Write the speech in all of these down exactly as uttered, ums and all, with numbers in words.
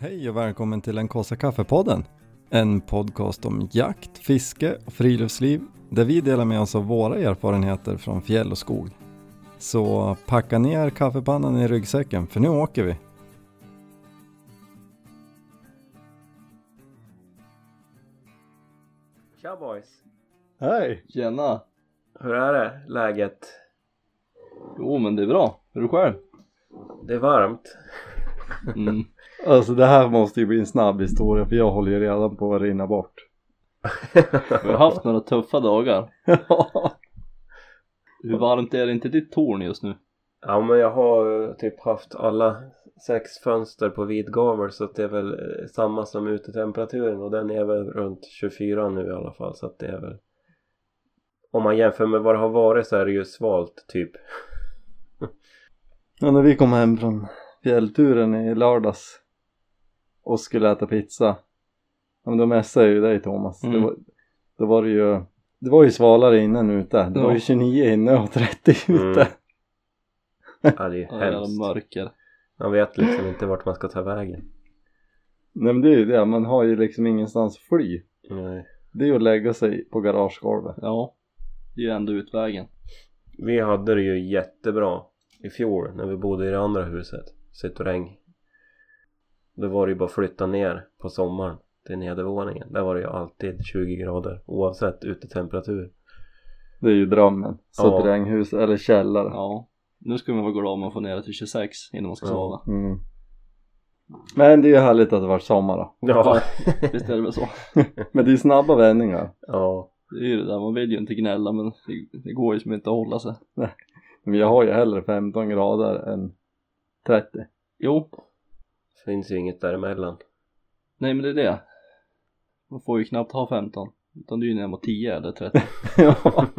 Hej och välkommen till en Kossa Kaffepodden. En podcast om jakt, fiske och friluftsliv där vi delar med oss av våra erfarenheter från fjäll och skog. Så packa ner kaffepannan i ryggsäcken för nu åker vi. Tja boys. Hej! Tjena! Hur är det? Läget? Jo men det är bra, är du själv? Det är varmt. Mm. Alltså det här måste ju bli en snabb historia för jag håller ju redan på att rinna bort. Vi har haft några tuffa dagar. Hur varmt är det inte ditt torn just nu? Ja men jag har typ haft alla sex fönster på vid gavel så att det är väl samma som utetemperaturen och den är väl runt tjugofyra nu i alla fall så att det är väl, om man jämför med vad det har varit så är det ju svalt typ. Ja, när vi kom hem från fjällturen i lördags och skulle äta pizza, ja, men då mässade jag ju dig Thomas. Mm. Det var, då var det ju det var ju svalare innan ute. Det Ja. var ju tjugonio inne och trettio ute. Mm. Ja det är Ja, jävla hemskt. mörker. Man vet liksom inte vart man ska ta vägen. Nej men det är ju det, man har ju liksom ingenstans att fly. Nej. Det är ju att lägga sig på garagegolvet. Ja, det är ju ändå utvägen. Vi hade det ju jättebra i fjol när vi bodde i det andra huset, Citroën. Då var det ju bara att flytta ner på sommaren till nedervåningen. Där var det ju alltid tjugo grader oavsett utetemperatur. Det är ju drömmen. Så Ja. ett regnhus eller källare. Ja, nu ska man vara glad om man får ner det till tjugosex innan man ska Ja. sova. Mm. Men det är ju härligt att det var sommar då. Ja. Visst är det väl så? Men det är snabba vändningar. Ja. Det är ju det där, man vill ju inte gnälla men det, det går ju som inte att hålla sig. Men jag har ju hellre femton grader än trettio. Jo, Finns ju inget däremellan. nej men det är det. Man får ju knappt ha femton. Utan det är ju ner mot tio eller trettio. Ja.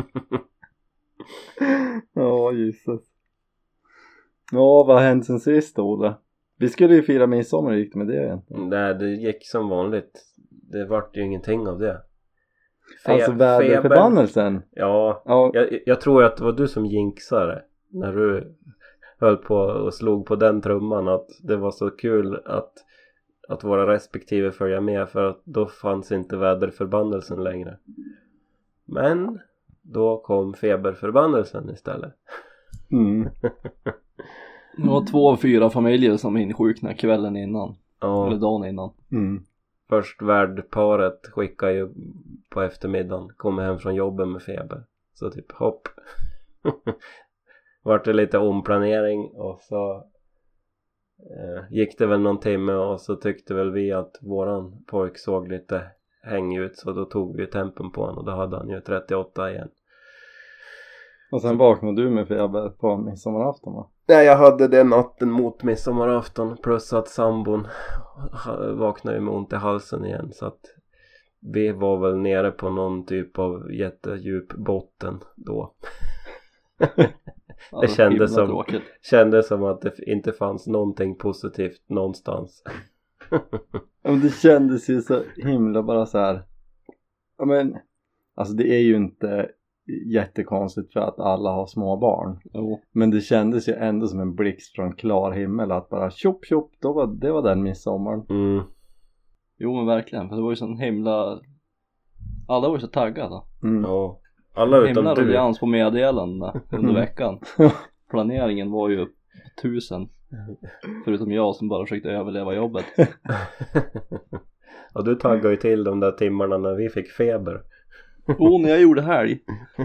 Ja, Jesus. Ja, vad har hänt sen sist då, Olle? Vi skulle ju fira midsommar, hur gick det med det egentligen? Nej, det gick som vanligt. Det vart ju ingenting av det. Fe- Alltså väderförbannelsen. Ja, Ja, jag, jag tror att det var du som jinxade när du höll på och slog på den trumman att det var så kul att, att våra respektive följa med för att då fanns inte väderförbannelsen längre. Men då kom feberförbannelsen istället. mm. Det var två av fyra familjer som insjuknade kvällen innan. Eller Ja, dagen innan. Mm. först värdparet skickade ju på eftermiddagen, kom hem från jobbet med feber. Så typ hopp. Vart det lite omplanering och så eh, gick det väl någon timme och så tyckte väl vi att våran pojk såg lite häng ut så då tog vi tempen på honom och då hade han ju trettioåtta igen. Och sen vaknade du med feber på midsommarafton, va? Nej, jag hade det natten mot midsommarafton plus att sambon ha- vaknade med ont i halsen igen så att vi var väl nere på någon typ av jättedjup botten då. Ja, Det kändes himla som- tråkigt. Kändes som att det inte fanns någonting positivt någonstans. Ja, men det kändes ju så himla bara så här. Ja, men alltså det är ju inte jättekonstigt för att alla har små barn. Jo. Men det kändes ju ändå som en blixt från klar himmel att bara tjopp tjopp, då var, det var den midsommaren. Mm. Jo men verkligen, för det var ju sån himla... Alla var ju så taggade. Mm. Ja. Alla utom Himla du. ruljans på meddelandena under Mm. veckan. Planeringen var ju tusen. Förutom jag som bara försökte överleva jobbet. Och du taggade ju till de där timmarna när vi fick feber. Oh, när jag gjorde helg.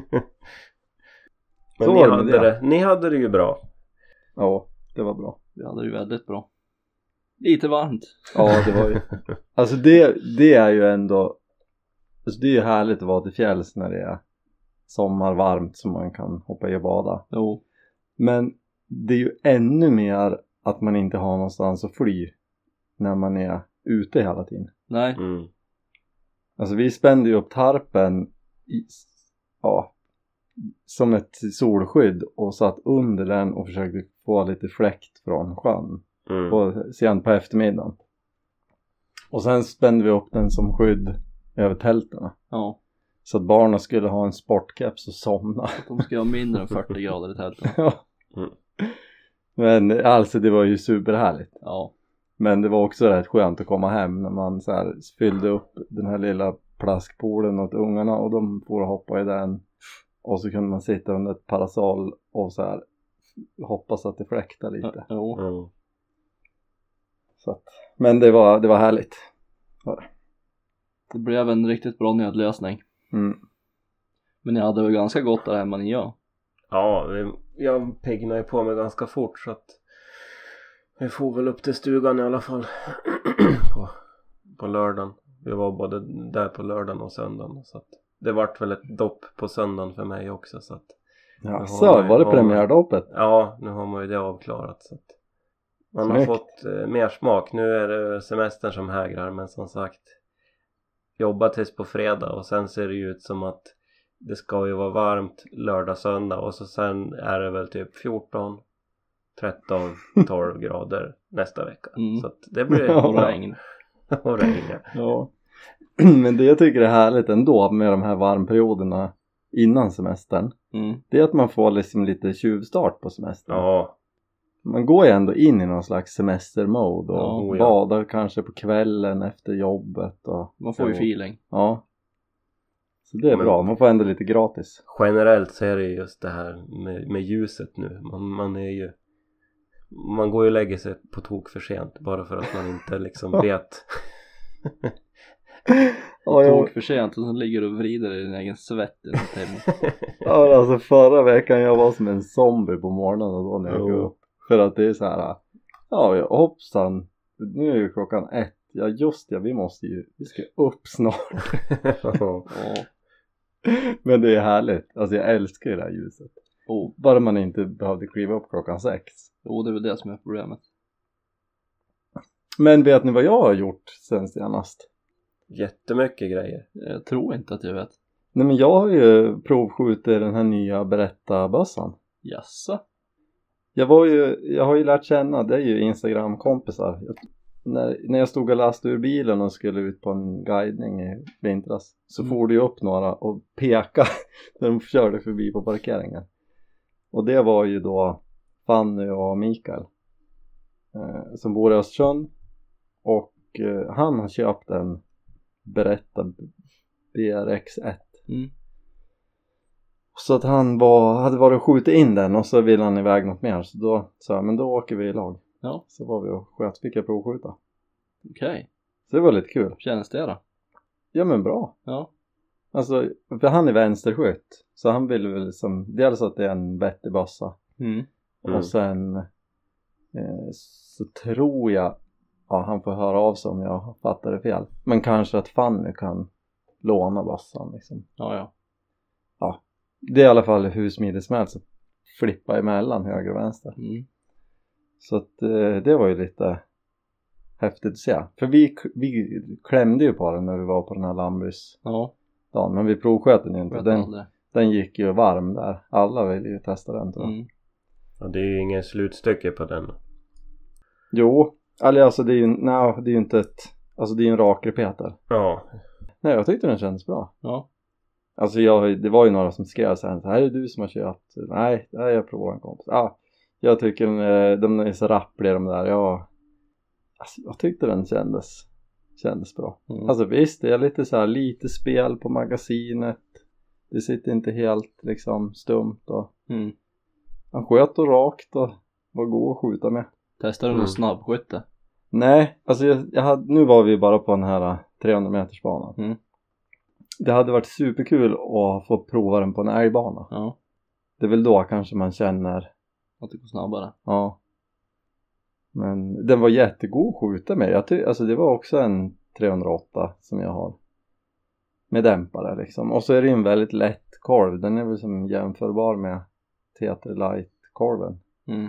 Men Så ni var det hade med det. Ni hade det ju bra. Ja, det var bra. Vi hade det ju väldigt bra. Lite varmt. Ja, det var ju... Alltså det, det är ju ändå... Alltså det är ju härligt att vara till fjälls när det är sommarvarmt så man kan hoppa i och bada. Jo. Men det är ju ännu mer att man inte har någonstans att fly när man är ute hela tiden. Nej. Mm. Alltså vi spände ju upp tarpen i, ja, som ett solskydd och satt under den och försökte få lite fläkt från sjön Mm. på, sen på eftermiddagen. Och sen spände vi upp den som skydd över tälterna. Ja. Så att barnen skulle ha en sportcaps och somna. De ska ha mindre än fyrtio grader i tälten. Ja. Mm. Men alltså det var ju superhärligt. Ja. Men det var också rätt skönt att komma hem när man så här fyllde upp den här lilla plaskpoolen åt ungarna och de får hoppa i den. Och så kunde man sitta under ett parasoll och så här hoppas att det fläktar lite. Ja. Mm. Så att, men det var, det var härligt. Ja. Det blev en riktigt bra nödlösning. Mm. Men jag hade väl ganska gott där hemma ni jag. Ja, vi, jag piggnade ju på mig ganska fort så att vi får väl upp till stugan i alla fall på, på lördagen. Vi var både där på lördagen och söndagen så att det vart väl ett dopp på söndagen för mig också så att Ja, så var det premiärdoppet? Ja, nu har man ju det avklarat så att man Snyggt. har fått eh, mer smak. Nu är det semestern som hägrar men som sagt jobba tills på fredag och sen ser det ju ut som att det ska ju vara varmt lördag, söndag och så sen är det väl typ fjorton, tretton, tolv grader nästa vecka. Mm. Så att det blir Och regn. och regn. Ja. Ja. Men det jag tycker är härligt ändå med de här varmperioderna innan semestern, Mm. det är att man får liksom lite tjuvstart på semestern. Ja, Man går ju ändå in i någon slags semestermode och Ja, ja. badar kanske på kvällen efter jobbet och, Man får ju Ja. feeling. ja. Så det är Men- bra, man får ändå lite gratis. generellt så är det just det här med, med ljuset nu. Man, man är ju man går ju och lägger sig på tok för sent bara för att man inte liksom vet. Ja, Tog jag, för sent och sen ligger du och vrider i din egen svett i ditt hem. ja, alltså förra veckan jag var som en zombie på morgonen då när jag Jo. går upp. För att det är så här, ja ja, hoppsan, nu är ju klockan ett. Ja just ja, vi måste ju, vi ska upp snart. Ja. Ja. Men det är härligt, alltså jag älskar ju det här ljuset. Oh. Bara man inte behövde kliva upp klockan sex. Jo, det är väl det som är problemet. Men vet ni vad jag har gjort sen senast? Jättemycket grejer. Jag tror inte att jag vet. Nej men jag har ju provskjutit den här nya berättarbössan. Jassa. Jag var ju, jag har ju lärt känna, det är ju Instagram-kompisar. Jag, när, när jag stod och lastade ur bilen och skulle ut på en guidning i vintras så Mm. får det ju upp några och peka när de körde förbi på parkeringen. Och det var ju då Fanny och Mikael eh, som bor i Östersund och eh, han har köpt en berätta B R X ett. Mm. Så att han var, hade varit och skjutit in den och så ville han iväg något mer. Så då sa jag, men då åker vi i lag. Ja. Så var vi och sköt, fick jag provskjuta. Okej. Så det var lite kul. Känns det då? Ja men bra. Ja. Alltså, för han är vänsterskytt. Så han vill väl liksom, dels att det är en vettig bössa. Mm. Mm. Och sen eh, så tror jag, ja han får höra av sig om jag fattar det fel. Men kanske att Fanny kan låna bössan liksom. Ja, ja. Det är i alla fall hur smidigt som helst att flippa emellan höger och vänster. Mm. Så att eh, det var ju lite häftigt att se. För vi, vi klämde ju på den när vi var på den här Lambus-dagen. Ja. Men vi provsköt den ju inte. Vet Den, aldrig. den gick ju varm där. Alla ville ju testa den tror jag. Mm. Ja, det är ju ingen slutstycke på den. Jo, eller alltså det är ju, nej, det är ju inte ett, alltså det är ju en rak repeter. Ja. Nej, jag tyckte den kändes bra. Ja. Alltså jag, det var ju några som skrev så här, här är det du som har köpt. Nej, det här är jag provar en kompis. Ah, jag tycker den, de är så rappliga de där. Ja, alltså, jag tyckte den kändes, kändes bra. Mm. Alltså visst, det är lite så här, lite spel på magasinet. Det sitter inte helt liksom stumt och Mm. han sköt och rakt och var god att skjuta med. Testar du Mm. någon snabbskytte? Nej, alltså jag, jag hade, nu var vi bara på den här trehundra meters banan. Mm. Det hade varit superkul att få prova den på en älgbana. Ja. Det är väl då kanske man känner, Att det går snabbare. ja. Men den var jättegod att skjuta med. Jag ty- alltså det var också en trehundraåtta som jag har. Med dämpare liksom. Och så är det en väldigt lätt korv. Den är väl som jämförbar med Tetra Light-korven. Mm.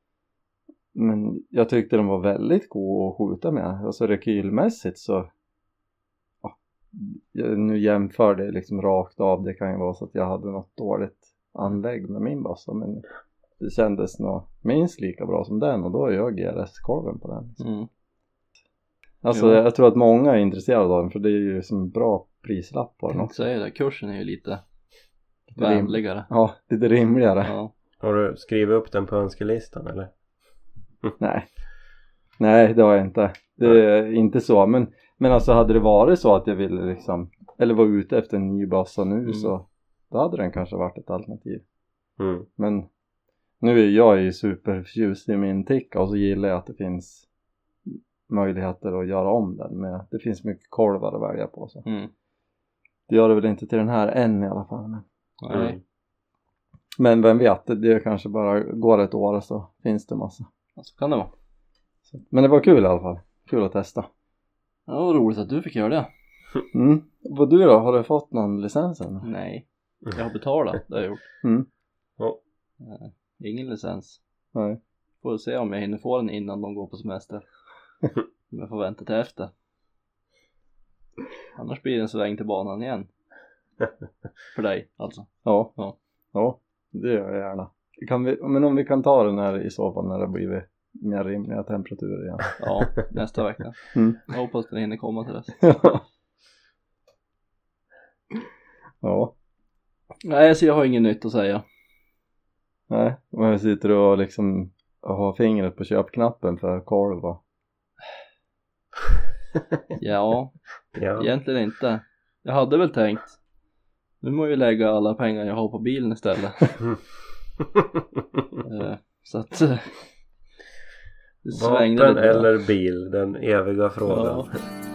Men jag tyckte den var väldigt god att skjuta med. Alltså rekylmässigt så, ja, jag nu jämför det liksom rakt av. Det kan ju vara så att jag hade något dåligt anlägg med min bassa. Men det kändes nog minst lika bra som den. Och då är jag G R S-korven på den. Mm. Alltså Jo. jag tror att många är intresserade av den. För det är ju som bra prislapp på den Jag också. säger det, kursen är ju lite Lite rim- vänligare. Ja, lite rimligare. Ja. Har du skrivit upp den på önskelistan eller? Nej. Nej, det har jag inte. Det är inte så. Men, men alltså hade det varit så att jag ville liksom, eller var ute efter en ny bassa nu mm. så då hade den kanske varit ett alternativ. Mm. Men nu är jag ju superförtjust i min Tikka och så gillar jag att det finns möjligheter att göra om den. Men det finns mycket kolvar att välja på. Så. Mm. Det gör det väl inte till den här än i alla fall. Men, Nej. men vem vet, det, det kanske bara går ett år så finns det massa. Ja, så kan det vara. Så, men det var kul i alla fall. Kul att testa. Ja, det var roligt att du fick göra det. Mm. Vad du då? Har du fått någon licens än? Nej, jag har betalat, det har jag gjort. Mm. Ja. Uh, ingen licens. Nej. Får se om jag hinner få den innan de går på semester. Om jag får vänta till efter. Annars blir det en sväng till banan igen. För dig alltså. Ja. Ja. Ja, det gör jag gärna. Kan vi, men om vi kan ta den här i så fall när det blir mer rimliga temperaturer igen. Ja, nästa vecka. Mm. Jag hoppas den hinner komma till dess. Ja. Ja. Nej, så jag har inget nytt att säga. Nej, men jag sitter och liksom har fingret på köpknappen för kolv va? Ja, Ja. egentligen inte. Jag hade väl tänkt, nu må jag ju lägga alla pengar jag har på bilen istället. uh, så att uh, det svängde vapen lite. eller bil, den eviga frågan. Ja.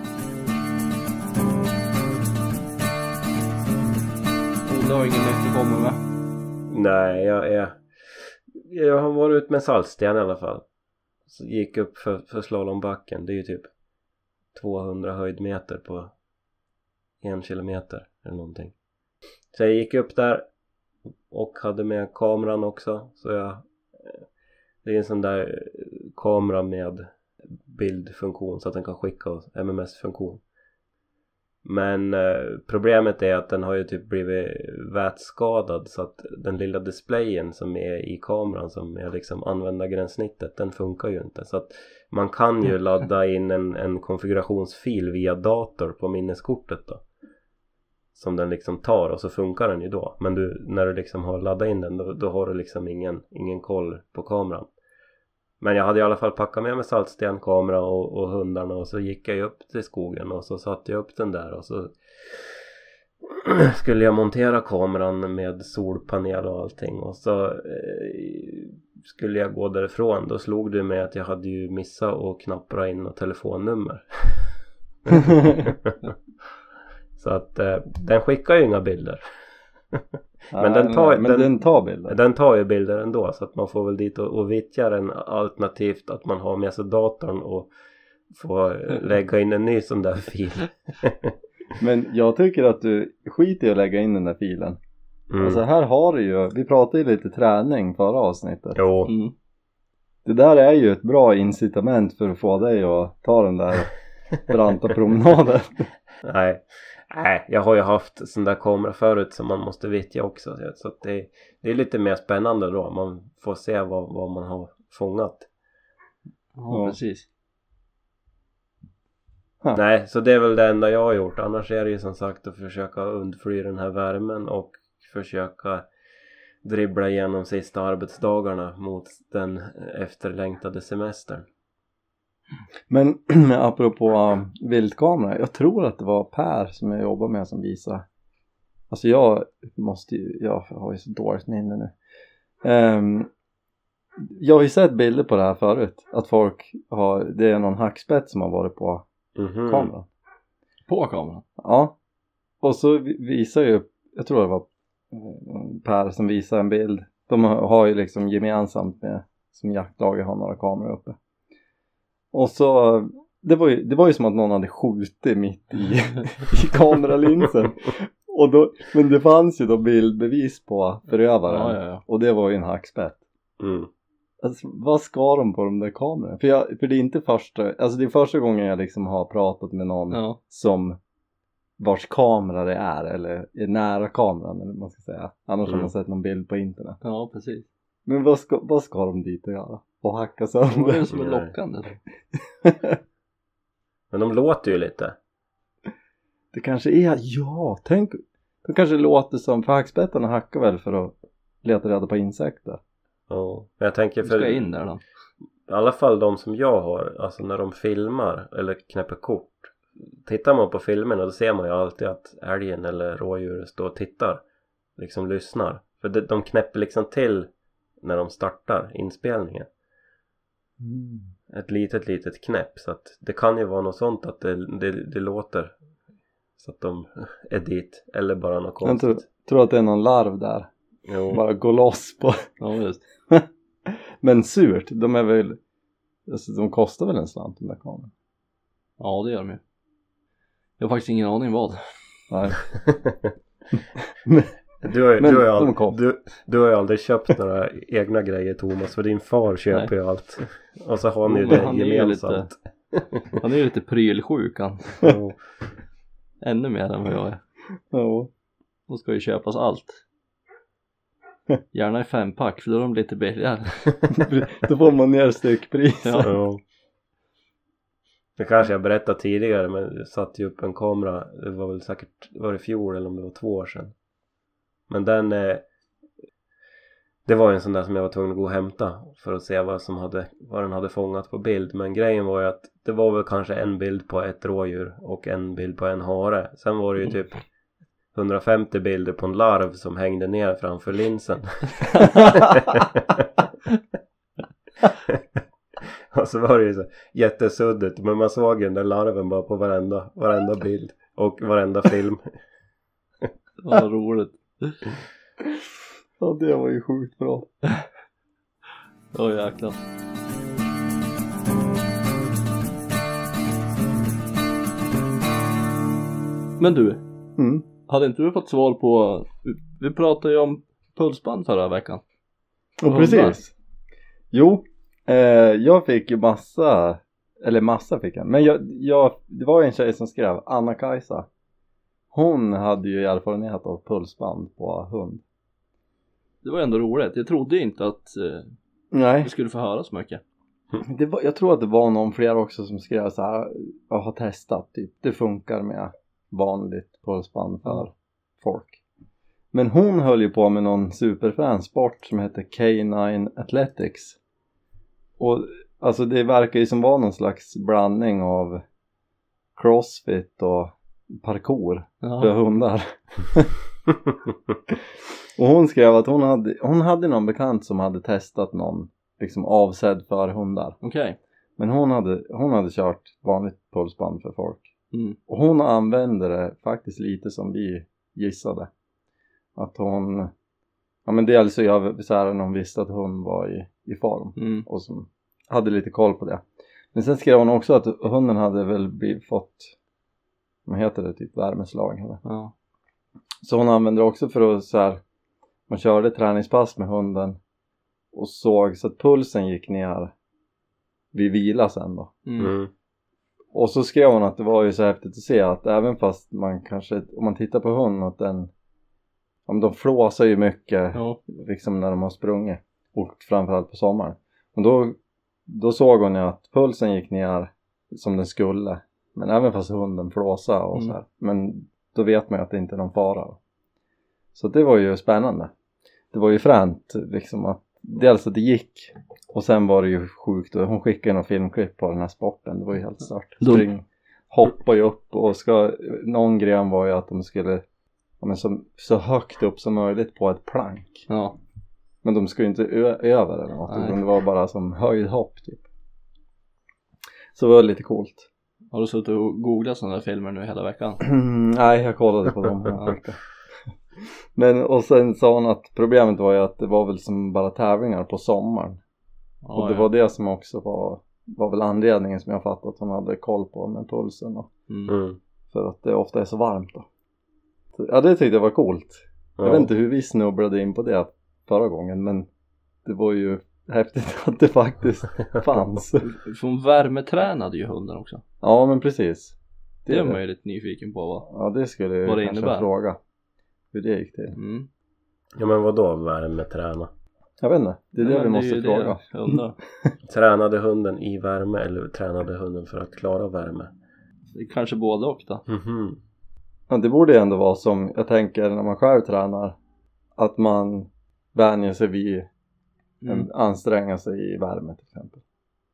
Ola har ingen nytt att komma med. Nej, jag är jag har varit ut med saltsten i alla fall. Så gick upp för, för slalombacken. Det är ju typ tvåhundra höjdmeter på en kilometer eller någonting. Så jag gick upp där och hade med kameran också. Så jag, det är en sån där kamera med bildfunktion så att den kan skicka oss, M M S-funktion. Men eh, problemet är att den har ju typ blivit vätskadad så att den lilla displayen som är i kameran som är liksom användargränssnittet, den funkar ju inte. Så att man kan ju ladda in en, en konfigurationsfil via dator på minneskortet då. Som den liksom tar och så funkar den ju då. Men du, när du liksom har laddat in den då, då har du liksom ingen, ingen koll på kameran. Men jag hade i alla fall packat med mig saltsten, kamera och, och hundarna och så gick jag upp till skogen och så satte jag upp den där och så skulle jag montera kameran med solpanel och allting och så eh, skulle jag gå därifrån. Då slog det mig att jag hade ju missat att knappra in något telefonnummer. Så att eh, den skickar ju inga bilder. Men, den tar, men den, den tar bilder. Den tar ju bilder ändå så att man får väl dit och, och vittja den, alternativt att man har med sig datorn och får lägga in en ny sån där fil. Men jag tycker att du skiter i att lägga in den där filen. Mm. Alltså här har du ju, vi pratade ju lite träning förra avsnittet. Jo. Mm. Det där är ju ett bra incitament för att få dig att ta den där branta promenaden. Nej. Nej, jag har ju haft sån där kamera förut som man måste vittja också. Så att det, det är lite mer spännande då. Man får se vad, vad man har fångat. Ja, ja. Precis. Ha. Nej, så det är väl det enda jag har gjort. Annars är det ju som sagt att försöka undfly den här värmen och försöka dribbla igenom sista arbetsdagarna mot den efterlängtade semestern. Men apropå viltkamera, jag tror att det var Per som jag jobbar med som visade. Alltså jag måste ju, jag har ju så dåligt minne nu. Um, jag har ju sett bilder på det här förut. Att folk har, det är någon hackspett som har varit på Mm-hmm. kameran. På kameran? Ja. Och så visar ju, jag tror det var Per som visar en bild. De har ju liksom gemensamt med, som jaktlaget har några kameror uppe. Och så, det var ju, det var ju som att någon hade skjutit mitt i, i kameralinsen. Och då, men det fanns ju då bildbevis på förövaren. Ja, ja, ja. Och det var ju en hackspett. Mm. Alltså, vad ska de på de där kamerorna? För, jag, för det är inte första, alltså det är första gången jag liksom har pratat med någon Ja. som vars kamera det är, eller är nära kameran eller man ska säga. Annars Mm. har man sett någon bild på internet. Ja, precis. Men vad ska, vad ska de dit och göra? Och hacka Vad är sönder? det som är lockande? Men de låter ju lite. Det kanske är, ja, tänk, de kanske låter som, för hackspettarna hackar väl för att leta reda på insekter. Ja. Men jag tänker Du för ska in där då. i alla fall de som jag har, alltså när de filmar eller knäpper kort, tittar man på filmerna då ser man ju alltid att älgen eller rådjuret står och tittar, liksom lyssnar, för de, de knäpper liksom till när de startar inspelningen. Mm. Ett litet litet knäpp, så att det kan ju vara något sånt att det, det, det låter så att de är dit, eller bara något konstigt. Jag tror, tror att det är någon larv där. Jo. Bara gå loss på. Ja, just. Men surt, de är väl, alltså, de kostar väl en slant de där kameran? Ja, det gör de ju. Jag har faktiskt ingen aning vad. Nej. Du har, Men du, har ju de aldrig, kom. du, du har ju aldrig köpt några egna grejer, Thomas, för din far köper ju allt. Och så har ni ju Men det han är ju gemensamt. lite, han är ju lite prylsjuk han. Jo. Ännu mer än vad jag är. Ja. Då ska ju köpas allt. Gärna i fempack, för då är de lite billigare. Då får man ner styckpris. Ja. Ja. Det kanske jag berättade tidigare, men jag satte ju upp en kamera. Det var väl säkert, var det fjol eller om det var två år sedan. Men den eh, det var ju en sån där som jag var tvungen att gå och hämta för att se vad som hade, vad den hade fångat på bild. Men grejen var ju att det var väl kanske en bild på ett rådjur och en bild på en hare. Sen var det ju typ hundrafemtio bilder på en larv som hängde ner framför linsen. Och så var det ju så jättesuddigt, men man såg den där larven bara på varenda, varenda bild och varenda film. Vad roligt. Ja, det var ju sjukt bra. Åh jäklar. Men du, Mm. hade inte du fått svar på, vi pratade ju om pulsband förra veckan. Och precis. Jo, eh, jag fick ju massa, eller massa fick jag. Men jag, jag, det var en tjej som skrev, Anna-Kajsa. Hon hade ju erfarenhet av pulsband på hund. Det var ändå roligt. Jag trodde inte att eh, Nej. vi skulle få höra så mycket. Det var, jag tror att det var någon fler också som skrev så här, jag har testat typ, det funkar med vanligt pulsband för mm. folk. Men hon höll ju på med någon superfan sport som heter K nine Athletics. Och alltså det verkar ju som vara någon slags blandning av crossfit och parkour Ja. för hundar. Och hon skrev att hon hade, hon hade någon bekant som hade testat någon liksom avsedd för hundar. Okej. Okay. Men hon hade, hon hade kört vanligt pulsband för folk. Mm. Och hon använde det faktiskt lite som vi gissade. Att hon, ja men dels så jag så här när hon visste att hon var i, i form. Mm. Och som hade lite koll på det. Men sen skrev hon också att hunden hade väl blivit, fått, vad heter det, typ värmeslag eller? Ja. Så hon använde det också för att så här, man körde träningspass med hunden och såg så att pulsen gick ner vid vila sen då. Mm. Mm. Och så skrev hon att det var ju så häftigt att se att även fast man kanske, om man tittar på hunden, att den, om de flåsar ju mycket Ja. liksom när de har sprungit och framförallt på sommaren. Och då, då såg hon ju att pulsen gick ner som den skulle, men även fast hunden flåsade och Mm. så här. Men då vet man ju att det inte är någon fara. Så det var ju spännande. Det var ju fränt liksom att dels att det gick, och sen var det ju sjukt. Hon skickade någon filmklipp på den här sporten. Det var ju helt stört. Spring, hoppa ju upp och ska, någon gren var ju att de skulle, ja, men så, så högt upp som möjligt på ett plank. Ja. Men de skulle inte ö- över eller något, utan det var bara som höjdhopp typ. Så det var lite coolt. Har du suttit och googlat sådana här filmer nu hela veckan? Nej, jag kollade på dem. Ja. Men och sen sa hon att problemet var ju att det var väl som bara tävlingar på sommaren. Ja, och det ja. var det som också var, var väl anledningen som jag fattade att hon hade koll på med pulsen. Och, Mm. Mm. för att det ofta är så varmt då. Så, ja, det tyckte jag var coolt. Ja. Jag vet inte hur vi snubblade in på det förra gången, men det var ju häftigt att det faktiskt fanns. För hon värmetränade ju hunden också. Ja, men precis. Det är man ju lite nyfiken på, va? Ja, det skulle jag Vad det kanske innebär. fråga. Hur det gick till. Mm. Ja, men vadå värmeträna? Jag vet inte, det är det Men vi måste ju fråga. Det jag undrar. Tränade hunden i värme eller tränade hunden för att klara värme? Det är kanske både och då. Mhm. Ja, det borde ju ändå vara som, jag tänker när man själv tränar, att man vänjer sig vid Mm. en, anstränga sig i värme till exempel.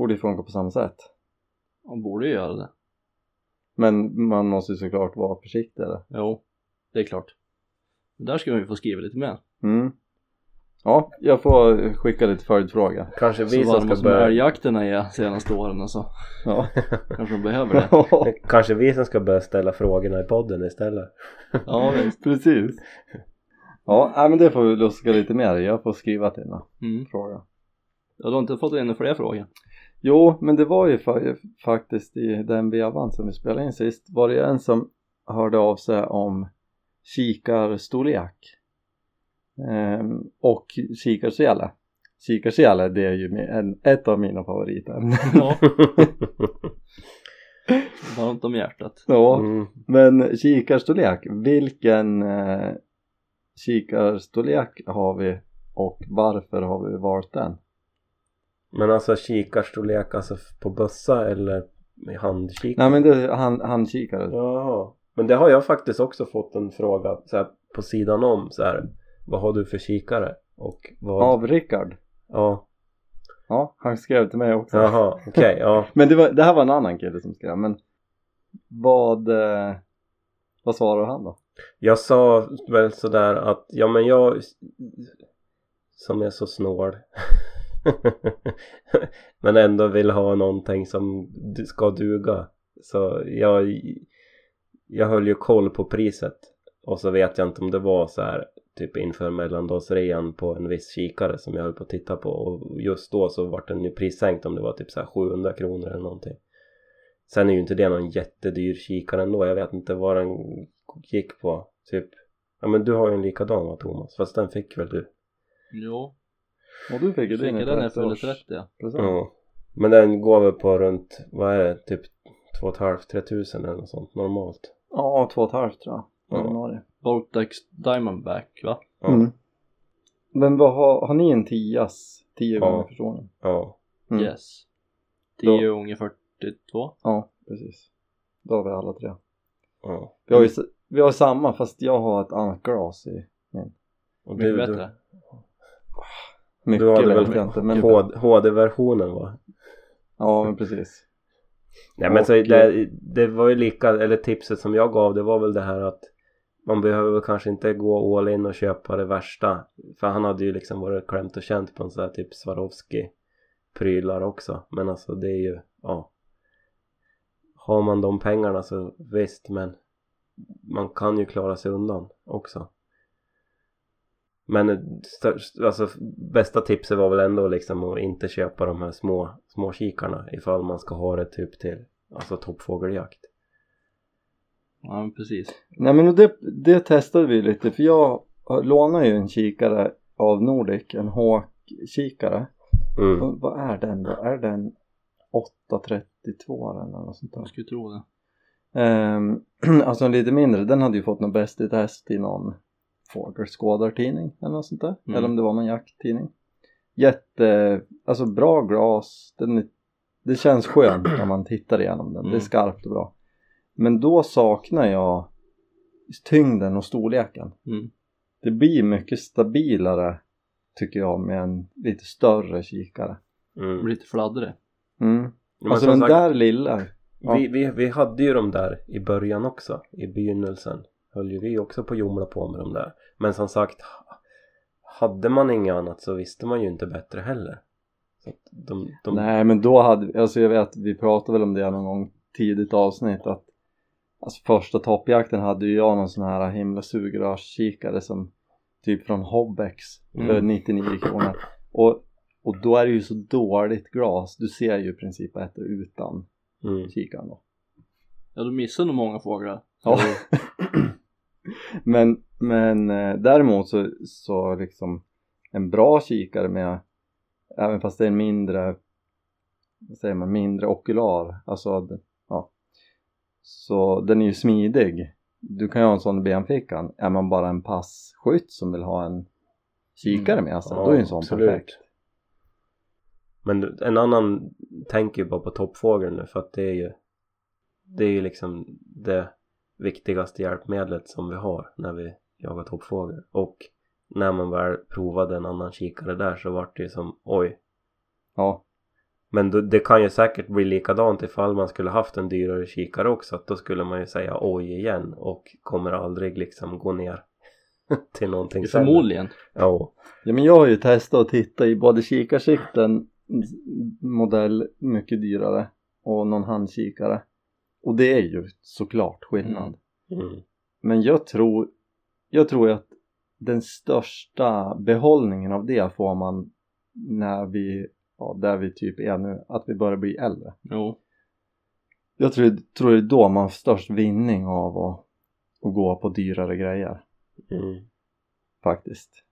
borde ju funka på samma sätt. Man borde ju göra det. Men man måste ju såklart vara försiktigare. Jo, det är klart. Där ska vi få skriva lite mer. Mm. Ja, jag får skicka lite följdfråga. Kanske Så vi som varma ska som börja älgjakterna är senaste åren alltså. Ja. Kanske de behöver det. Kanske vi som ska börja ställa frågorna i podden istället. Ja, visst. Precis. Ja, nej, men det får vi luska lite mer. Jag får skriva till en Mm. fråga. Ja, du har inte fått in fler frågor. Jo, men det var ju fa- faktiskt i den vevan som vi spelade in sist var det en som hörde av sig om kikarstorlek ehm, och kikarsele. Kikarsele, det är ju en, ett av mina favoriter. Ja. Varmt om hjärtat. Ja, Mm. men kikarstorlek, vilken eh, kikarstorlek har vi och varför har vi valt den? Men alltså kikarstorlek alltså på bössa eller med handkikare? Nej, men det är hand, handkikare. Jaha. Men det har jag faktiskt också fått en fråga så här, på sidan om så här, vad har du för kikare? Och vad... Av Rickard. Ja. Ja, han skrev till mig också. Jaha, okej, okay, ja. Men det, var, det här var en annan kille som skrev. Men vad, eh, vad svarade han då? Jag sa väl sådär att ja men jag som är så snål men ändå vill ha någonting som ska duga. Så jag jag höll ju koll på priset och så vet jag inte om det var så här typ inför mellandagsrean på en viss kikare som jag höll på att titta på och just då så var den ju prissänkt om det var typ så här sjuhundra kronor eller någonting. Sen är ju inte det någon jättedyr kikare ändå. Jag vet inte vad den gick på. Typ, ja men du har ju en likadan va Thomas? Fast den fick väl du? Jo. Och du fick ju Fick din jag den när jag fyllde trettio, ja. Ja. Men den går väl på runt, vad är det? Typ två och ett halvt, tre tusen eller något sånt normalt. Ja, två och ett halvt tror jag. Ja. Ja. Vortex Diamondback, va? Ja. Mm. Men vad har, har ni en tias? tio Ja. gånger personen? Ja. Mm. Yes. tio gånger fyrtiotvå. Ja, precis. Då har vi alla tre. Ja. Vi har ju s- vi har samma fast jag har ett annat glas i min. Och Mycket du, bättre. Mycket du hade vet väl jag inte, men H D-versionen va? ja, men precis. Nej men Och- så det, det var ju lika, eller tipset som jag gav det var väl det här att man behöver kanske inte gå all in och köpa det värsta. För han hade ju liksom varit klämt och känt på en sån här typ Swarovski-prylar också. Men alltså det är ju, ja. Har man de pengarna så visst, men man kan ju klara sig undan också. Men störst, alltså bästa tipset var väl ändå liksom att inte köpa de här små, små kikarna ifall man ska ha det typ till alltså toppfågeljakt. Ja, men precis. Nej, men det, det testade vi lite för jag lånade ju en kikare av Nordic, en Hawk-kikare. Mm. Och vad är den då? Är den åtta trettiotvå eller något sånt där? Jag skulle tro det. Um, alltså en lite mindre, den hade ju fått någon bäst i test i någon fågelskådartidning eller något sånt där. Mm. Eller om det var någon jakttidning. Jätte, alltså bra glas. Den är, det känns skönt när man tittar igenom den. Mm. Det är skarpt och bra. Men då saknar jag tyngden och storleken. Mm. Det blir mycket stabilare tycker jag med en lite större kikare. Det Mm. blir lite fladdrig. Mm. Men Alltså som den sagt, där lilla. Ja. vi, vi, vi hade ju de där i början också. I begynnelsen höll ju vi också på att jomla på med de där. Men som sagt, hade man inget annat så visste man ju inte bättre heller. Så att de, de... Nej, men då hade vi, alltså jag vet, vi pratade väl om det någon gång tidigt avsnitt att alltså första toppjakten hade ju jag någon sån här himla sugrörskikare som typ från Hobbex för Mm. nittionio kronor. Och, och då är det ju så dåligt glas. Du ser ju i princip bättre utan Mm. kikaren då. Ja, du missar nog många fåglar. Ja. men men eh, däremot så, så liksom en bra kikare med, även fast det är en mindre, vad säger man, mindre okular, alltså ja, så den är ju smidig. Du kan ju ha en sån i benfickan. Är man bara en passskytt som vill ha en kikare med sig, Ja, då är ju en sån absolut. perfekt. Men en annan tänker ju bara på toppfågeln nu, för att det är ju det är ju liksom det viktigaste hjälpmedlet som vi har när vi jagar toppfågel. Och när man väl provade en annan kikare där så var det ju som oj, Ja, Men då, det kan ju säkert bli likadant ifall man skulle haft en dyrare kikare också. Att då skulle man ju säga oj igen och kommer aldrig liksom gå ner till någonting sämre. Förmodligen. Ja. Ja, men jag har ju testat att titta i både kikarsikten modell mycket dyrare och någon handkikare. Och det är ju såklart skillnad. Mm. Mm. Men jag tror jag tror att den största behållningen av det får man när vi, ja, där vi typ är nu, att vi börjar bli äldre. Jo. Jag tror, tror det är då man får störst vinning av att, att gå på dyrare grejer. Mm. Faktiskt.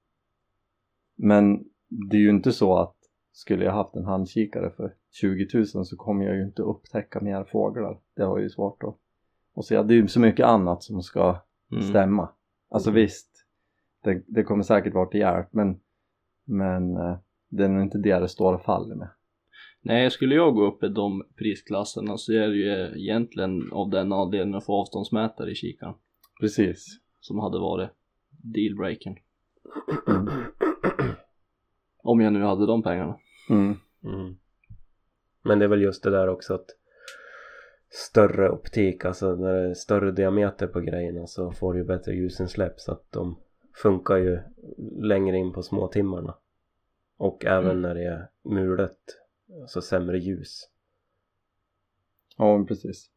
Men det är ju inte så att skulle jag haft en handkikare för tjugo tusen så kommer jag ju inte upptäcka mer fåglar. Det har ju svårt att, att se. Det är ju så mycket annat som ska Mm. stämma. Alltså visst, det, det kommer säkert vara till hjälp, men, men eh, det är nog inte det det står och faller med. Nej, skulle jag gå upp i de prisklasserna så är det ju egentligen av den anledningen att få avståndsmätare i kikaren. Precis. Som hade varit dealbreaken. Mm. Om jag nu hade de pengarna. Mm. Mm. Men det är väl just det där också att större optik, alltså när det är större diameter på grejerna så får du bättre ljusinsläpp så att de funkar ju längre in på små timmarna. Och även mm. när det är mulet, alltså sämre ljus. Ja, precis.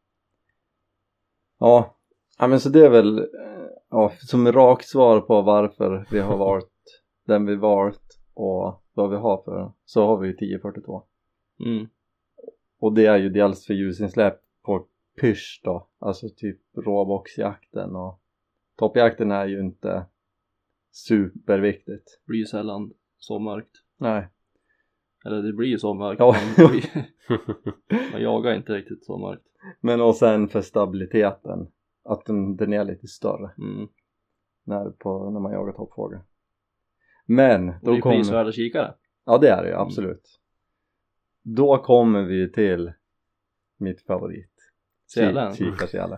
Ja, ja men så det är väl ja, som rakt svar på varför vi har valt den vi valt och vad vi har för, så har vi ju tio fyrtiotvå. Mm. Och det är ju dels för ljusinsläpp på pysch då, alltså typ råboxjakten, och toppjakten är ju inte superviktigt. Det blir ju sällan så mörkt. Nej. Eller det blir ju så mörkt. Ja. Men blir... man jagar inte riktigt så mörkt. Men och sen för stabiliteten, att den, den är lite större Mm. när, på, när man jagar toppfågel. Men Och då det är kommer... prisvärda kikare. Ja, det är det ju, absolut. Mm. Då kommer vi till mitt favorit. Sälen. Kikarsele.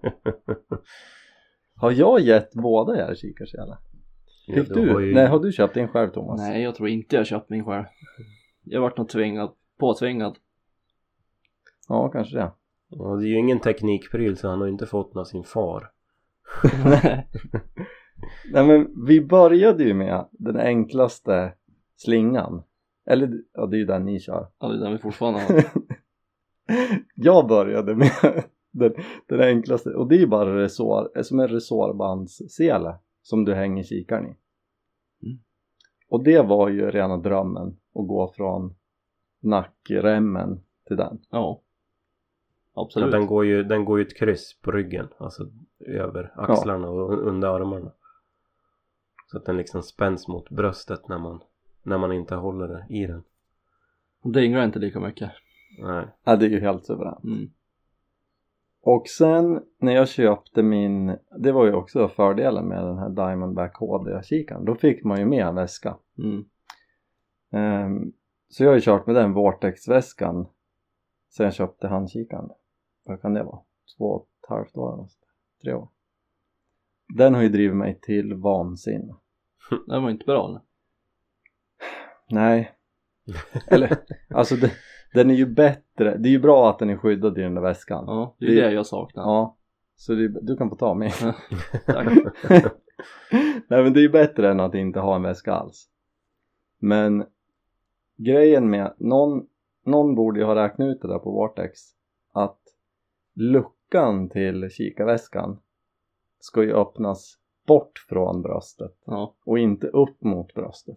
Har jag gett båda er kikarsele? Fick Ja, du? har ju... Nej, har du köpt din själv, Thomas? Nej, jag tror inte jag köpt min själv. Jag har varit något tvingad, påtvingad. Ja, kanske det. Ja, det är ju ingen teknikpryl så han har inte fått någon sin far. Nej. Nej, men vi började ju med den enklaste slingan. Eller, ja, det är ju den ni kör. Ja, det är den vi fortfarande har. Jag började med den, den enklaste, och det är ju bara resår, som en resårbandssele som du hänger kikaren i. Mm. Och det var ju rena drömmen att gå från nackremmen till den. Ja. Ja, Absolut. den, går ju, den går ju ett kryss på ryggen, alltså över axlarna och under armarna. Så att den liksom spänns mot bröstet när man, när man inte håller det i den. Och dinglar inte lika mycket. Nej. Ja, det är ju helt suveränt. Mm. Och sen när jag köpte min, det var ju också fördelen med den här Diamondback H D-kikaren. Då fick man ju med en väska. Mm. Um, så jag har ju kört med den Vortex-väskan sen jag köpte handkikaren. Vad kan det vara? Två och ett halvt år eller tre år. Den har ju drivit mig till vansinne. Det var inte bra, eller? Nej. Eller, alltså det, den är ju bättre. Det är ju bra att den är skyddad i den där väskan. Ja, det är det, det jag saknar. Ja, så det, du kan få ta mig. Tack. Nej, men det är ju bättre än att inte ha en väska alls. Men grejen med, någon, någon borde ju ha räknat ut det där på Vortex, att luckan till kikarväskan ska ju öppnas bort från bröstet Ja. och inte upp mot bröstet.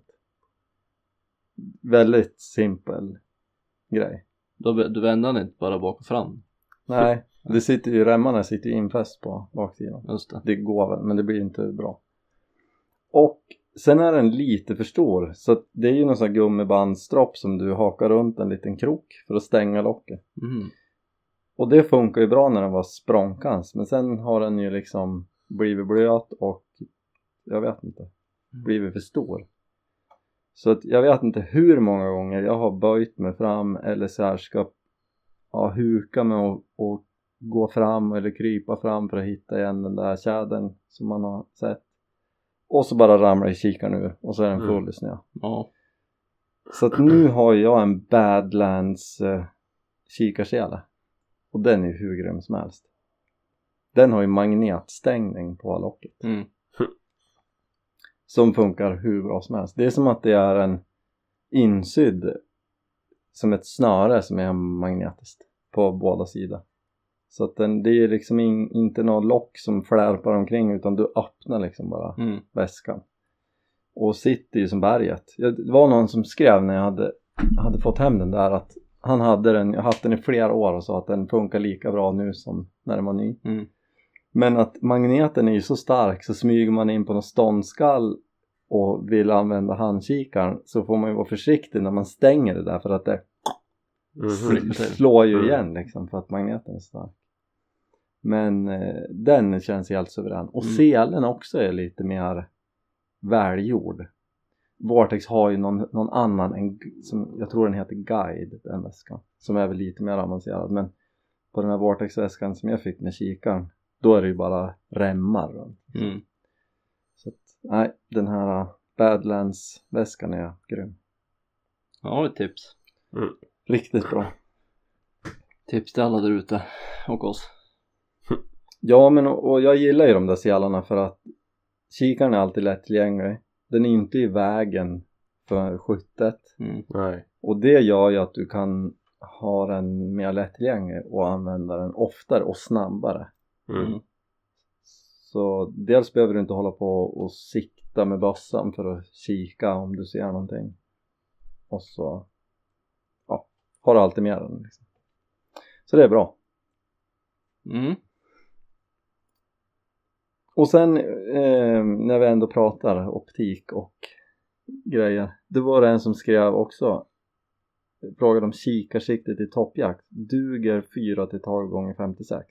Väldigt simpel grej. Då, du vänder den inte bara bak och fram. Nej, det sitter ju, remmarna sitter ju infäst på baksidan. Just det. Det går väl, men det blir inte bra. Och sen är den lite för stor, så att det är ju någon sån här gummibandsstropp som du hakar runt en liten krok för att stänga locket. Mm. Och det funkar ju bra när den var språnkans, men sen har den ju liksom blivit blöt och jag vet inte, blivit för stor. Så att jag vet inte hur många gånger jag har böjt mig fram eller så här ska ja, huka mig och, och gå fram eller krypa fram för att hitta igen den där tjädern som man har sett. Och så bara ramlar i kikaren ur och så är den full i snö. Ja. Så att nu har jag en Badlands eh, kikarsele. Och den är ju hur grym som helst. Den har ju magnetstängning på locket. Mm. Som funkar hur bra som helst. Det är som att det är en insydd som ett snöre som är magnetiskt på båda sidor. Så att den, det är liksom in, inte någon lock som flärpar omkring, utan du öppnar liksom bara Mm. väskan. Och sitter ju som berget. Det var någon som skrev när jag hade, hade fått hem den där att han hade den, jag har haft den i flera år och sa att den funkar lika bra nu som när den var ny. Mm. Men att magneten är ju så stark, så smyger man in på någon ståndskall och vill använda handkikaren, så får man ju vara försiktig när man stänger det där, för att det Mhm. slår ju igen liksom, för att magneten är stark. Men eh, den känns helt suverän. Och Mm. selen också är lite mer välgjord. Vortex har ju någon, någon annan, en, som, jag tror den heter Guide, den väskan, som är väl lite mer avancerad. Men på den här Vortex-väskan som jag fick med kikaren, då är det ju bara remmar runt. Mm. Så att, nej, den här uh, Badlands-väskan är grym. Ja, ett tips. Mm. Riktigt bra. Tips till alla där ute och oss. Ja, men och, och jag gillar ju de där selarna för att kikaren är alltid lättillgänglig. Den är inte i vägen för skyttet. Mm. Nej. Och det gör ju att du kan ha den mer lättillgänglig och använda den oftare och snabbare. Mm. Mm. Så dels behöver du inte hålla på och sikta med bössan för att kika om du ser någonting. Och så ja, har du alltid med den liksom. Så det är bra. Mm. Och sen eh, när vi ändå pratar optik och grejer, det var det en som skrev också, frågade om kikarsiktet i toppjakt duger fyra till tolv gånger femtiosex.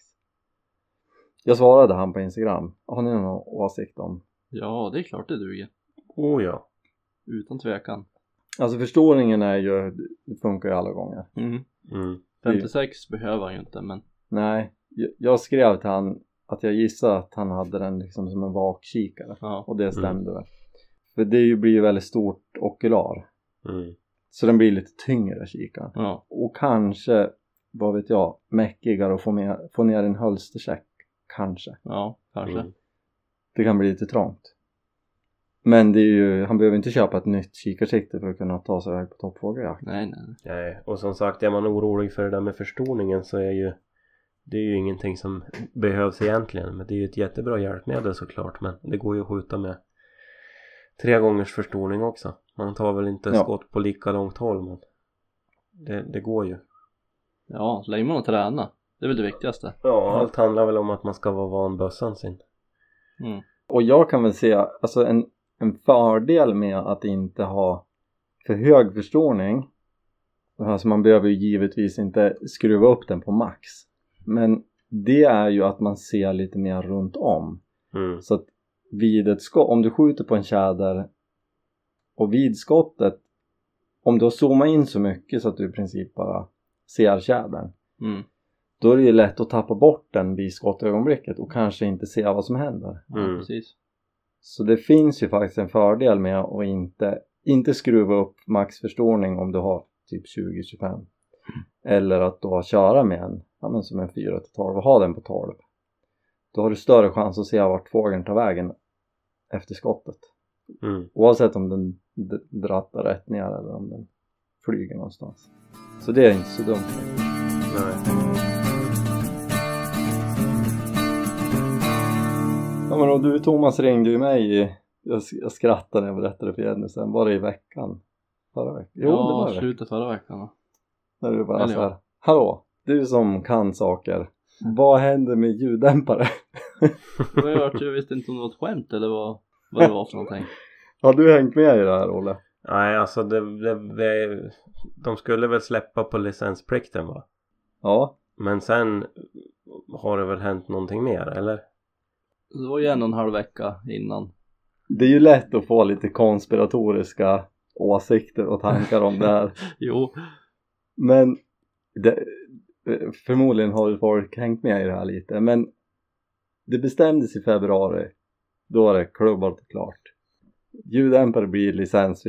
Jag svarade han på Instagram. Har ni någon åsikt om? Ja, det är klart det duger. Oh ja. Utan tvekan. Alltså förstoringen är ju, det funkar ju alla gånger. Mm. Mm. femtiosex behöver han ju inte, men Nej, jag, jag skrev till han att jag gissade att han hade den liksom som en vakkikare. ja. Och det stämde väl. För det ju blir ju väldigt stort okular. Mm. Så den blir lite tyngre kikaren. Ja. Och kanske, vad vet jag, mäckigare att få, med, få ner en hölstersäck. Kanske. Ja, kanske. Mm. Det kan bli lite trångt. Men det är ju, han behöver inte köpa ett nytt kikarsikte för att kunna ta sig iväg på toppfågeljakt. Nej, nej. Nej, och som sagt, är man orolig för det där med förstoringen så är ju det är ju ingenting som behövs egentligen. Men det är ju ett jättebra hjälpmedel såklart. Men det går ju att skjuta med tre gångers förstoring också. Man tar väl inte Ja. skott på lika långt håll, men det, det går ju. Ja, så länge man träna. Det är väl det viktigaste. Ja, allt handlar väl om att man ska vara van bössan sin. Mm. Och jag kan väl se, alltså en, en fördel med att inte ha för hög förstoring. Alltså man behöver ju givetvis inte skruva upp den på max. Men det är ju att man ser lite mer runt om. Mm. Så att vid ett skott, om du skjuter på en tjäder och vid skottet, om du har zoomat in så mycket så att du i princip bara ser tjädern, Mm. då är det ju lätt att tappa bort den vid skottögonblicket och kanske inte se vad som händer. Ja, Mm. precis. Så det finns ju faktiskt en fördel med att inte, inte skruva upp maxförstoring om du har typ tjugo till tjugofem. Mm. Eller att då köra med en, ja men som en fyra till tolv och ha den på tolv. Då har du större chans att se vart fågeln tar vägen efter skottet. Mm. Oavsett om den d- drattar rätt ner eller om den flyger någonstans. Så det är inte så dumt. Nej. Ja men och du Thomas ringde ju mig i, jag, jag skrattade när jag berättade för Jenny sen, var det i veckan? Förra veckan? Jo, ja, det var det. slutet förra veckan då. När du bara Eller så ja. här, hallå, du som kan saker, vad händer med ljuddämpare? Men jag, vart- jag visste inte om det var ett skämt eller vad, vad det var för någonting. Har du hängt med i det här, Olle? Nej, alltså det, det, det, de skulle väl släppa på licensplikten, va? Ja, Men sen har det väl hänt någonting mer, eller? Det var ju en och en halv vecka innan. det är ju lätt att få lite konspiratoriska åsikter och tankar om det här. Jo. Men det, förmodligen har ju folk hängt med i det här lite. Men det bestämdes i februari. Då är det klubbat och klart. Ljuddämpare blir licensfri.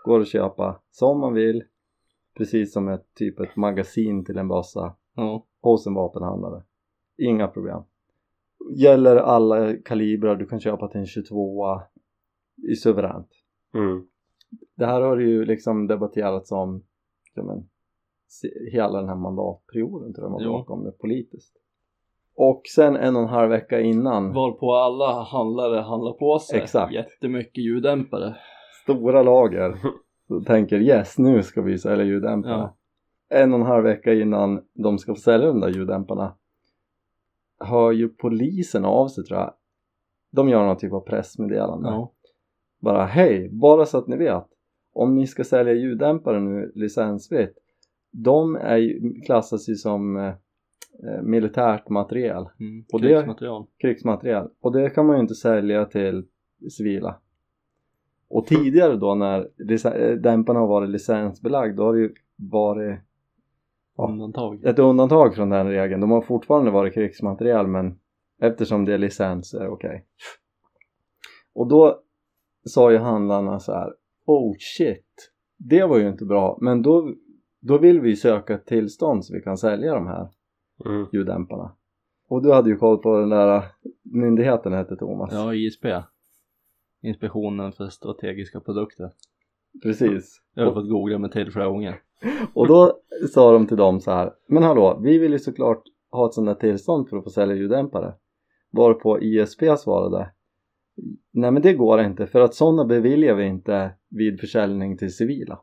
Går att köpa som man vill. Precis som ett typ ett magasin till en bössa. Ja. Hos en vapenhandlare. Inga problem. Gäller alla kalibrar. Du kan köpa till en tjugotvå i suveränt. Mm. Det här har ju liksom debatterats om ja men, hela den här mandatperioden tror jag man bakom det politiskt. Och sen en och en halv vecka innan. Var på alla handlare handlar på sig. Exakt. Jättemycket ljuddämpare. Stora lager. Så tänker yes nu ska vi sälja ljuddämparna. Ja. En och en halv vecka innan de ska få sälja de där ljuddämparna. Hör ju polisen av sig tror jag. De gör någon typ av pressmeddelande. Ja. Bara hej, bara så att ni vet. Om ni ska sälja ljuddämpare nu licensfritt. De är ju, klassas ju som eh, militärt material. Mm. Och det- Krigsmaterial. Krigsmaterial. Och det kan man ju inte sälja till civila. Och tidigare då när licen- dämparna har varit licensbelagd. Då har det ju varit Ja. Undantag. ett undantag från den regeln. De har fortfarande varit krigsmaterial. Men eftersom det är licens är det okej. Och då sa ju handlarna så här. Oh shit. Det var ju inte bra. Men då, då vill vi söka ett tillstånd så vi kan sälja de här Mm. ljuddämparna. Och du hade ju koll på den där myndigheten hette Thomas. Ja, I S P. Inspektionen för strategiska produkter. Precis. Jag har Och, fått googla mig till flera gånger. och då sa de till dem så här. Men hallå, vi vill ju såklart ha ett sånt där tillstånd för att få sälja ljuddämpare. Varpå I S P svarade. Nej men det går inte för att sådana beviljar vi inte vid försäljning till civila.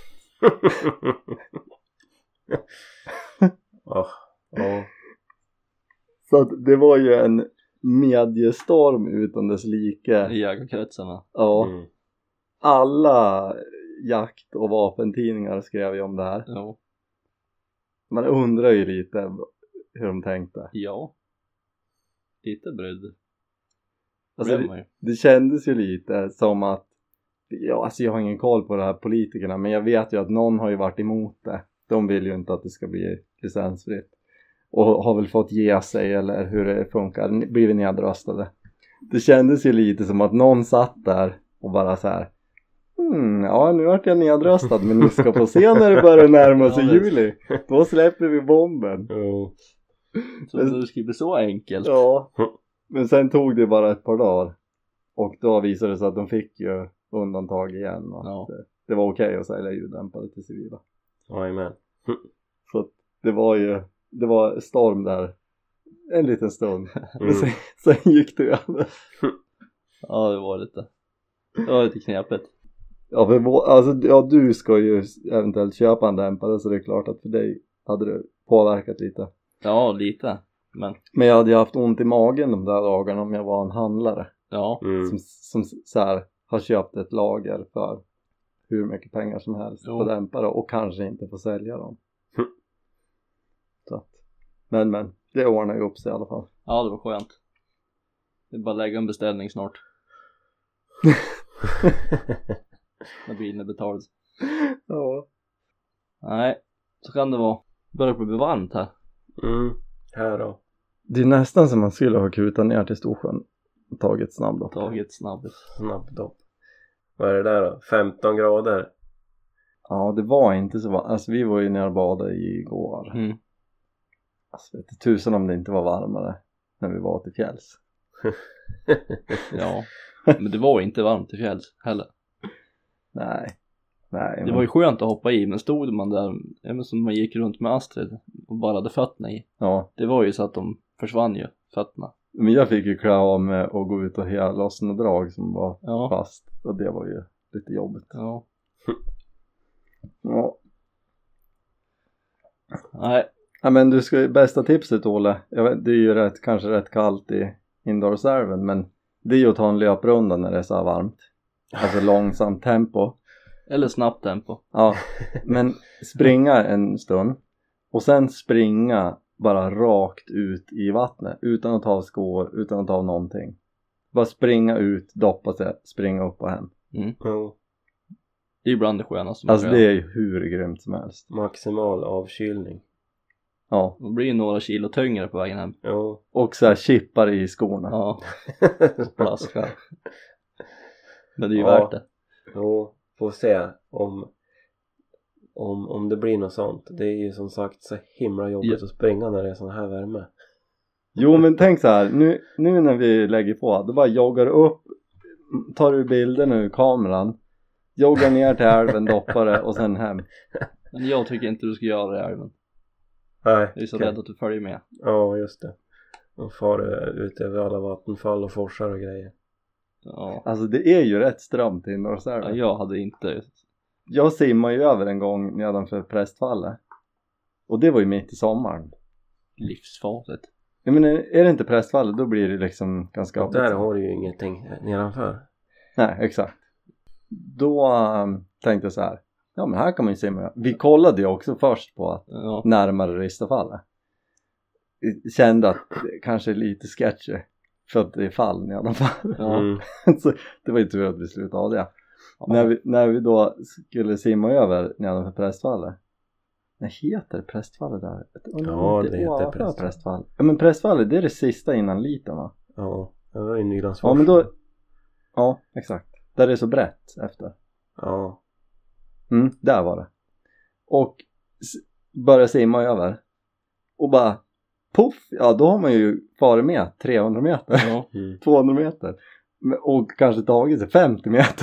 Ja. Ja. Så att det var ju en mediestorm utan dess like. I jägarkretsarna. Ja. Mm. Alla jakt- och vapentidningar skrev ju om det här. Ja. Man undrar ju lite hur de tänkte. Ja. Lite brydd. Alltså Blev man det, ju. det kändes ju lite som att ja, alltså jag har ingen koll på de här politikerna men jag vet ju att någon har ju varit emot det. De vill ju inte att det ska bli licensfritt. Och har väl fått ge sig eller hur det funkar. Blivit nedröstade. Det kändes ju lite som att någon satt där och bara så här. Hmm, ja nu vart jag nedröstad men ni ska få se när det börjar närma sig Ja, det- juli. Då släpper vi bomben. Jo. Så det skulle bli så enkelt. Ja. Men sen tog det bara ett par dagar. Och då visade det sig att de fick ju undantag igen. Och Ja. att det, det var okej att sälja ljuddämpare till civila. Jajamän. Så att det var ju, det var storm där en liten stund. Men Mm. sen, sen gick det över. Ja, det var lite. Det var lite knepigt. Ja, för vår, alltså, ja, du ska ju eventuellt köpa en dämpare så det är klart att för dig hade det påverkat lite. Ja, lite. Men Men jag hade ju haft ont i magen de där dagarna om jag var en handlare. ja. Mm. Som, som så här, har köpt ett lager för hur mycket pengar som helst Jo. på dämpare och kanske inte får sälja dem. Hm. Så att, men men, det ordnar ju upp sig i alla fall. Ja, det var skönt. Det är bara att lägga en beställning snart. När bilen är betald. Ja. Nej, så kan det vara. Börjar bli varmt här. Mm. Här då. Det är nästan som man skulle ha kutat ner till Storsjön och tagit snabbdopp. Tagit snabbet. Snabbdopp. Vad är det där då? femton grader. Ja, det var inte så varmt. Alltså vi var ju nere och badade igår. Mm. Alltså vet du, tusen om det inte var varmare när vi var till fjälls. Ja. Men det var inte varmt till fjälls heller. Nej. Nej. Det men- var ju skönt att hoppa i, men stod man där, ja, men som man gick runt med Astrid och bara hade fötterna i. Ja. Det var ju så att de försvann ju, fötterna. Men jag fick ju klä av med och gå ut och hela lossna drag som var Ja. fast. Och det var ju lite jobbigt. Ja. Ja. Nej. Ja men du ska bästa tipset Olle. Jag vet, det är ju rätt, kanske rätt kallt i indoorserven. Men det är ju att ta en löprunda när det är så här varmt. Alltså långsamt tempo. Eller snabbt tempo. Ja. Men springa en stund. Och sen springa bara rakt ut i vattnet. Utan att ta av skor, utan att ta av någonting. Bara springa ut, doppa sig, springa upp och hem. Mm. Jo. Det är ju bland det skönaste man Alltså kan det göra. är ju hur grymt som helst. Maximal avkylning. Ja. Det blir ju några kilo tyngre på vägen hem. Jo. Och så här chippar i skorna. Ja. Plaska. Men det är ju Ja. värt det. Jo. får se om, om, om det blir något sånt. Det är ju som sagt så himla jobbigt Ja. att springa när det är sån här värme. Jo men tänk så här, nu, nu när vi lägger på, då bara joggar du upp, tar du bilden ur kameran, joggar ner till älven, doppar det och sen hem. Men jag tycker inte du ska göra det i älven. Nej, Jag är så okej. rädd att du följer med. Ja, just det. Och far ut över alla vattenfall och forsar och grejer. Ja, Alltså det är ju rätt strömt i ja Norrsälen. jag hade inte. Jag simmar ju över en gång nedanför Prästfallet. Och det var ju mitt i sommaren. Livsfarligt. Jag menar, är det inte Prästfallet då blir det liksom ganska... Och där har du ju ingenting nedanför. Nej, exakt. Då um, tänkte jag så här. Ja men här kan man ju simma. Vi kollade ju också först på att Ja, närmare Ristafallet. Kände att det kanske är lite sketchy. För att det är fall i alla fall. ja. Mm. Så det var ju tur att vi slutade av det. Ja. När, vi, när vi då skulle simma över nedanför Prästfallet. Vad heter det Prästfallet där? Ja, det heter ovanför Prästfallet. Prästfallet. Ja men Prästfallet det är det sista innan Liten va? Ja, det var ju Nylandsfors. Ja men då. Ja exakt. Där det är så brett efter. Ja. Mm, där var det. Och s- började simma över. Och bara puff, ja då har man ju farit med trehundra meter. Ja. Mm. tvåhundra meter. Men- Och kanske tagit sig femtio meter.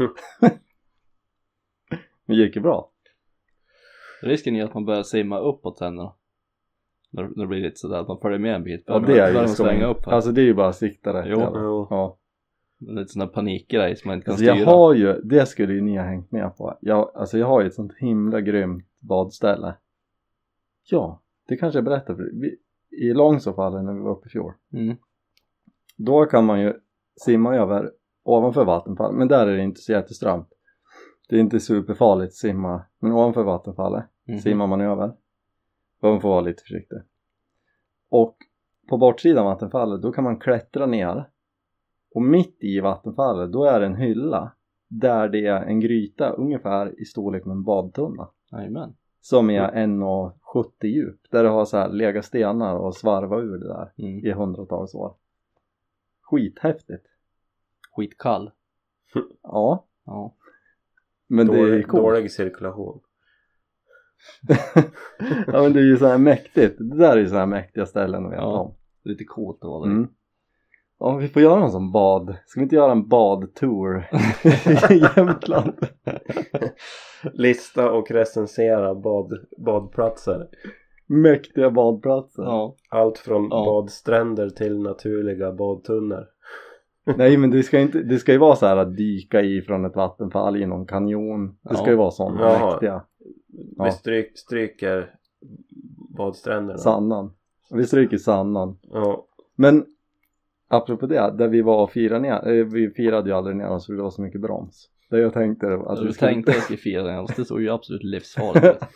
Men det gick ju bra. Risken är att man börjar simma uppåt sen då. När, när det blir lite sådär att man följer med en bit. Ja det är Börjar ju man skoj. svänga upp här. Alltså det är ju bara att sikta rätt. Jo. jävla. Jo. Ja. Lite sån här panikgrej som man inte kan Alltså styra. jag har ju, det skulle ju ni ha hängt med på. Jag, alltså jag har ju ett sånt himla grymt badställe. Ja, det kanske jag berättar för vi, i Långsåfallen när vi var uppe i fjol. Mm. Då kan man ju simma över ovanför vattenfall. Men där är det inte så jätteströmt. Det är inte superfarligt att simma. Men ovanför vattenfallet Mhm. simmar man över. Man får vara lite försiktig. Och på bortsidan av vattenfallet då kan man klättra ner. Och mitt i vattenfallet då är det en hylla. Där det är en gryta ungefär i storlek med en badtunna. Jajamän. Som är en komma sjuttio djup. Där det har så här lega stenar och svarva ur det där Mm. i hundratals år. Skithäftigt. Skitkall. Ja, Ja. men det är ju Dålig, coolt. dålig cirkulation. Ja men det är ju så här mäktigt. Det där är ju så här mäktiga ställen att veta Ja. om. Lite coolt att vara där. Mm. Ja, vi får göra en sån bad. Ska vi inte göra en badtour i Jämtland? Lista och recensera bad, badplatser. Mäktiga badplatser. Ja. Allt från Ja. badstränder till naturliga badtunnor. Nej men det ska, inte, det ska ju vara så här att dyka i från ett vattenfall i någon kanjon. Det Ja. ska ju vara sådana Jaha. mäktiga. Ja. Vi stryk, stryker badstränderna. Sannan. Vi stryker Sannan. Ja. Men apropå det, där vi var och firade ner, eh, vi firade ju aldrig ner oss för det var så mycket broms. Det jag tänkte att Du vi skulle, tänkte att jag skulle fira den, alltså det såg ju absolut livsfarligt ut.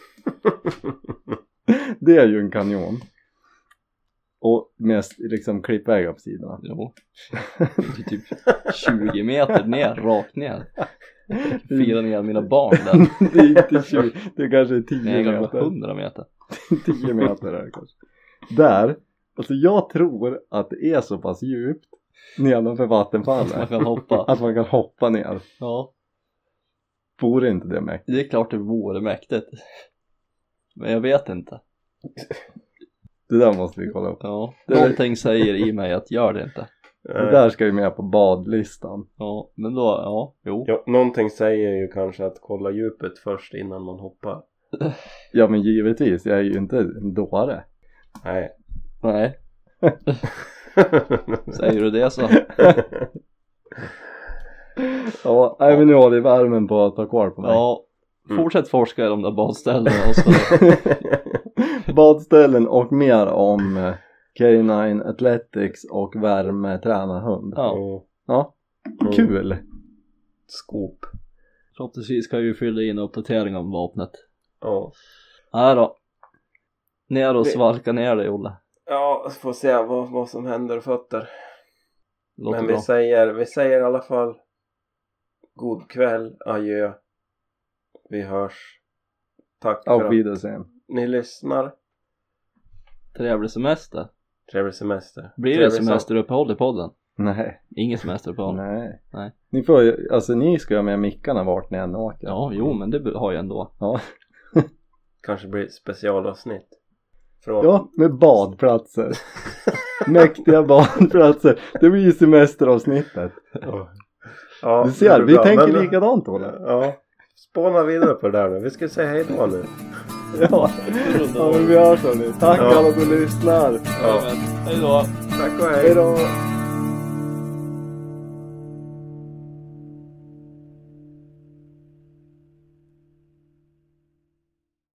det är ju en kanjon. Och mest liksom klippvägar på sidorna. Jo. Det är typ tjugo meter ner, rakt ner. Fira ner mina barn där. Det är inte tjugo, det är kanske tio Nej, kanske meter. hundra meter. tio meter är det kanske. Där, alltså jag tror att det är så pass djupt nedanför Man vattenfallet kan hoppa. att man kan hoppa ner. Ja, Vore inte det mäktigt? det är klart det vore mäktigt. Men jag vet inte. Det där måste vi kolla upp. Ja, Det är- någonting säger i mig att gör det inte. Det där ska ju med på badlistan. Ja, men då, ja, jo. Ja, någonting säger ju kanske att kolla djupet först innan man hoppar. Ja men givetvis, jag är ju inte en dåre. Nej. Nej, säger du det så. Ja, nej men nu har vi värmen på att ta kvar på mig. Ja, fortsätt forska i de där badställena och så. Badställen och mer om eh, Canine Athletics och värmetränarhund. Ja, Ja. Ja, Mm. kul. Skop. förhoppningsvis ska vi fylla in uppdatering om vapnet. Ja. Nej då. Ner och Det- svalka ner det, Olle. Ja, får se vad, vad som händer fötter. Låter Men bra. vi säger, vi säger i alla fall god kväll, adjö. Vi hörs. Tack för Auf att Wiedersehen. ni lyssnar. Trevlig semester. Trevlig semester. Blir det Trevlig som- semesteruppehåll i podden? Nej. Ingen semesteruppehåll. Nej. Nej. Ni får ju, alltså ni ska ju med mickarna vart ni än åker. Ja, jo men det har jag ändå. Ja. Kanske blir specialavsnitt. Från... Ja, med badplatser. Mäktiga badplatser. Det blir ju semesteravsnittet. Ja, du ser, vi bra. tänker men, likadant, Olle. Ja, spåna vidare på det där nu. Vi ska säga hej då nu. Ja, ja men vi gör så nu. Tack ja. alla som lyssnar. Ja. Hej då. Tack och hej. Hej då.